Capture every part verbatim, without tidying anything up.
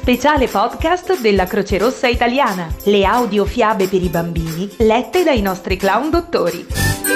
speciale podcast della Croce Rossa Italiana, le audiofiabe per i bambini lette dai nostri clown dottori.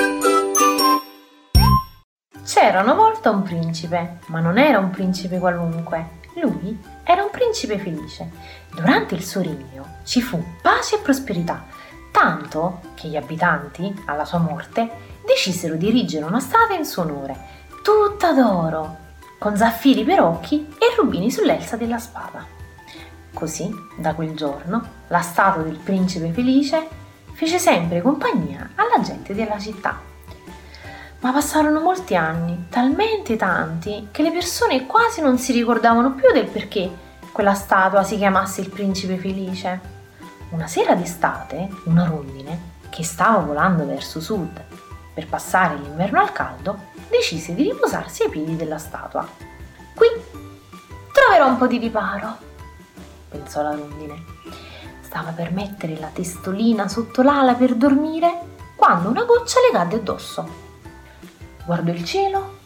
C'era una volta un principe, ma non era un principe qualunque. Lui era un principe felice. Durante il suo regno ci fu pace e prosperità, tanto che gli abitanti, alla sua morte, decisero di erigere una statua in suo onore, tutta d'oro, con zaffiri per occhi e rubini sull'elsa della spada. Così, da quel giorno, la statua del principe felice fece sempre compagnia alla gente della città. Ma passarono molti anni, talmente tanti, che le persone quasi non si ricordavano più del perché quella statua si chiamasse il principe felice. Una sera d'estate, una rondine, che stava volando verso sud per passare l'inverno al caldo, decise di riposarsi ai piedi della statua. Qui troverò un po' di riparo, pensò la rondine. Stava per mettere la testolina sotto l'ala per dormire quando una goccia le cadde addosso. Guardò il cielo,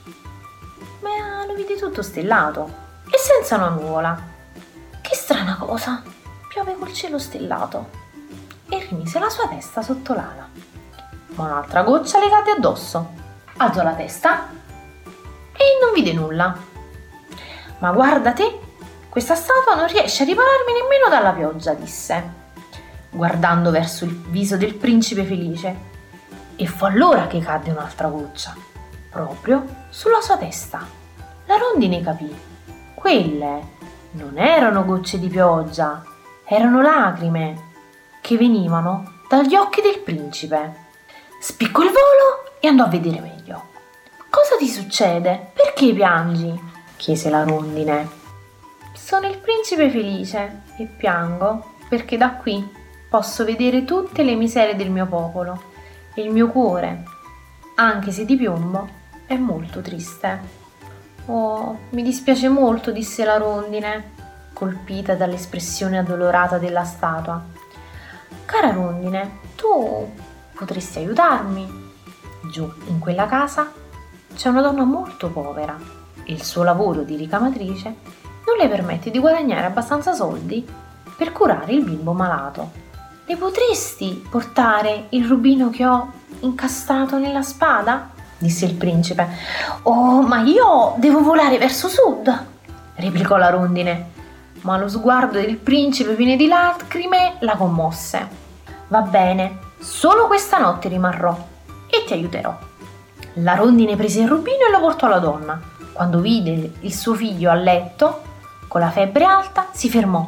ma lo vide tutto stellato e senza una nuvola. Che strana cosa, piove col cielo stellato. E rimise la sua testa sotto l'ala. Ma un'altra goccia le cadde addosso. Alzò la testa e non vide nulla. Ma guarda te, questa statua non riesce a ripararmi nemmeno dalla pioggia, disse, guardando verso il viso del principe felice. E fu allora che cadde un'altra goccia, proprio sulla sua testa. La rondine capì. Quelle non erano gocce di pioggia, erano lacrime che venivano dagli occhi del principe. Spiccò il volo e andò a vedere meglio. Cosa ti succede? Perché piangi? Chiese la rondine. Sono il principe felice e piango perché da qui posso vedere tutte le miserie del mio popolo e il mio cuore, anche se di piombo, è molto triste. Oh, mi dispiace molto, disse la rondine, colpita dall'espressione addolorata della statua. Cara rondine, tu potresti aiutarmi? Giù in quella casa c'è una donna molto povera e il suo lavoro di ricamatrice non le permette di guadagnare abbastanza soldi per curare il bimbo malato. Le potresti portare il rubino che ho incastrato nella spada? Disse il principe. Oh, ma io devo volare verso sud, replicò la rondine, ma lo sguardo del principe pieno di lacrime la commosse. Va bene, solo questa notte rimarrò e ti aiuterò. La rondine prese il rubino e lo portò alla donna. Quando vide il suo figlio a letto, con la febbre alta, si fermò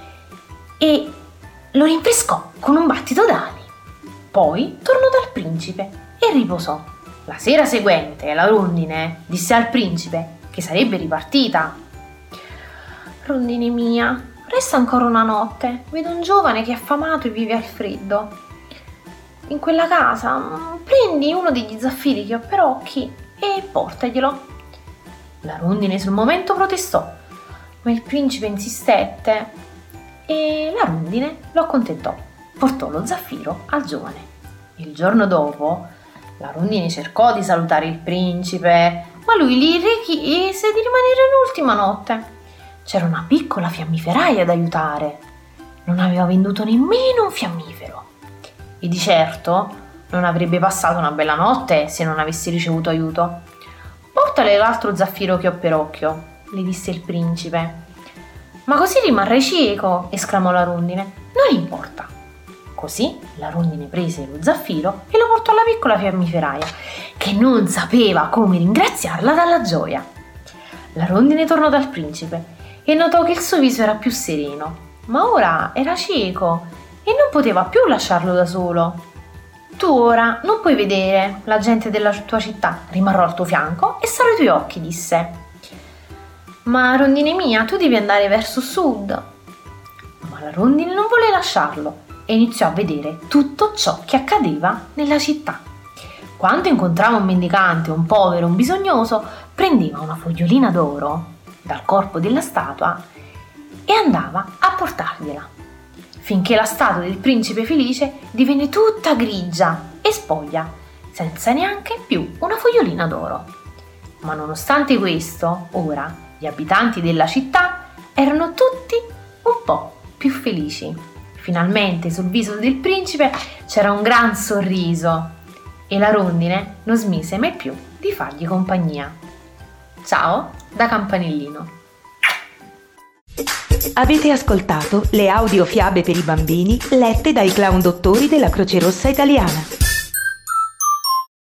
e lo rinfrescò con un battito d'ali. Poi tornò dal principe e riposò. La sera seguente la rondine disse al principe che sarebbe ripartita. Rondine mia, resta ancora una notte. Vedo un giovane che è affamato e vive al freddo. In quella casa prendi uno degli zaffiri che ho per occhi e portaglielo. La rondine sul momento protestò, ma il principe insistette e la rondine lo accontentò. Portò lo zaffiro al giovane. Il giorno dopo la rondine cercò di salutare il principe, ma lui gli richiese di rimanere l'ultima notte. C'era una piccola fiammiferaia da aiutare. Non aveva venduto nemmeno un fiammifero. E di certo non avrebbe passato una bella notte se non avesse ricevuto aiuto. Portale l'altro zaffiro che ho per occhio, le disse il principe. Ma così rimarrai cieco, esclamò la rondine. Non importa. Così la rondine prese lo zaffiro e lo portò alla piccola fiammiferaia, che non sapeva come ringraziarla dalla gioia. La rondine tornò dal principe e notò che il suo viso era più sereno, ma ora era cieco e non poteva più lasciarlo da solo. Tu ora non puoi vedere la gente della tua città, rimarrò al tuo fianco e sarò ai tuoi occhi, disse. Ma rondine mia, tu devi andare verso sud. Ma la rondine non volle lasciarlo e iniziò a vedere tutto ciò che accadeva nella città. Quando incontrava un mendicante, un povero, un bisognoso, prendeva una fogliolina d'oro dal corpo della statua e andava a portargliela, finché la statua del principe felice divenne tutta grigia e spoglia, senza neanche più una fogliolina d'oro. Ma nonostante questo, ora gli abitanti della città erano tutti felici. Finalmente sul viso del principe c'era un gran sorriso e la rondine non smise mai più di fargli compagnia. Ciao da Campanellino. Avete ascoltato le audiofiabe per i bambini lette dai clown dottori della Croce Rossa Italiana.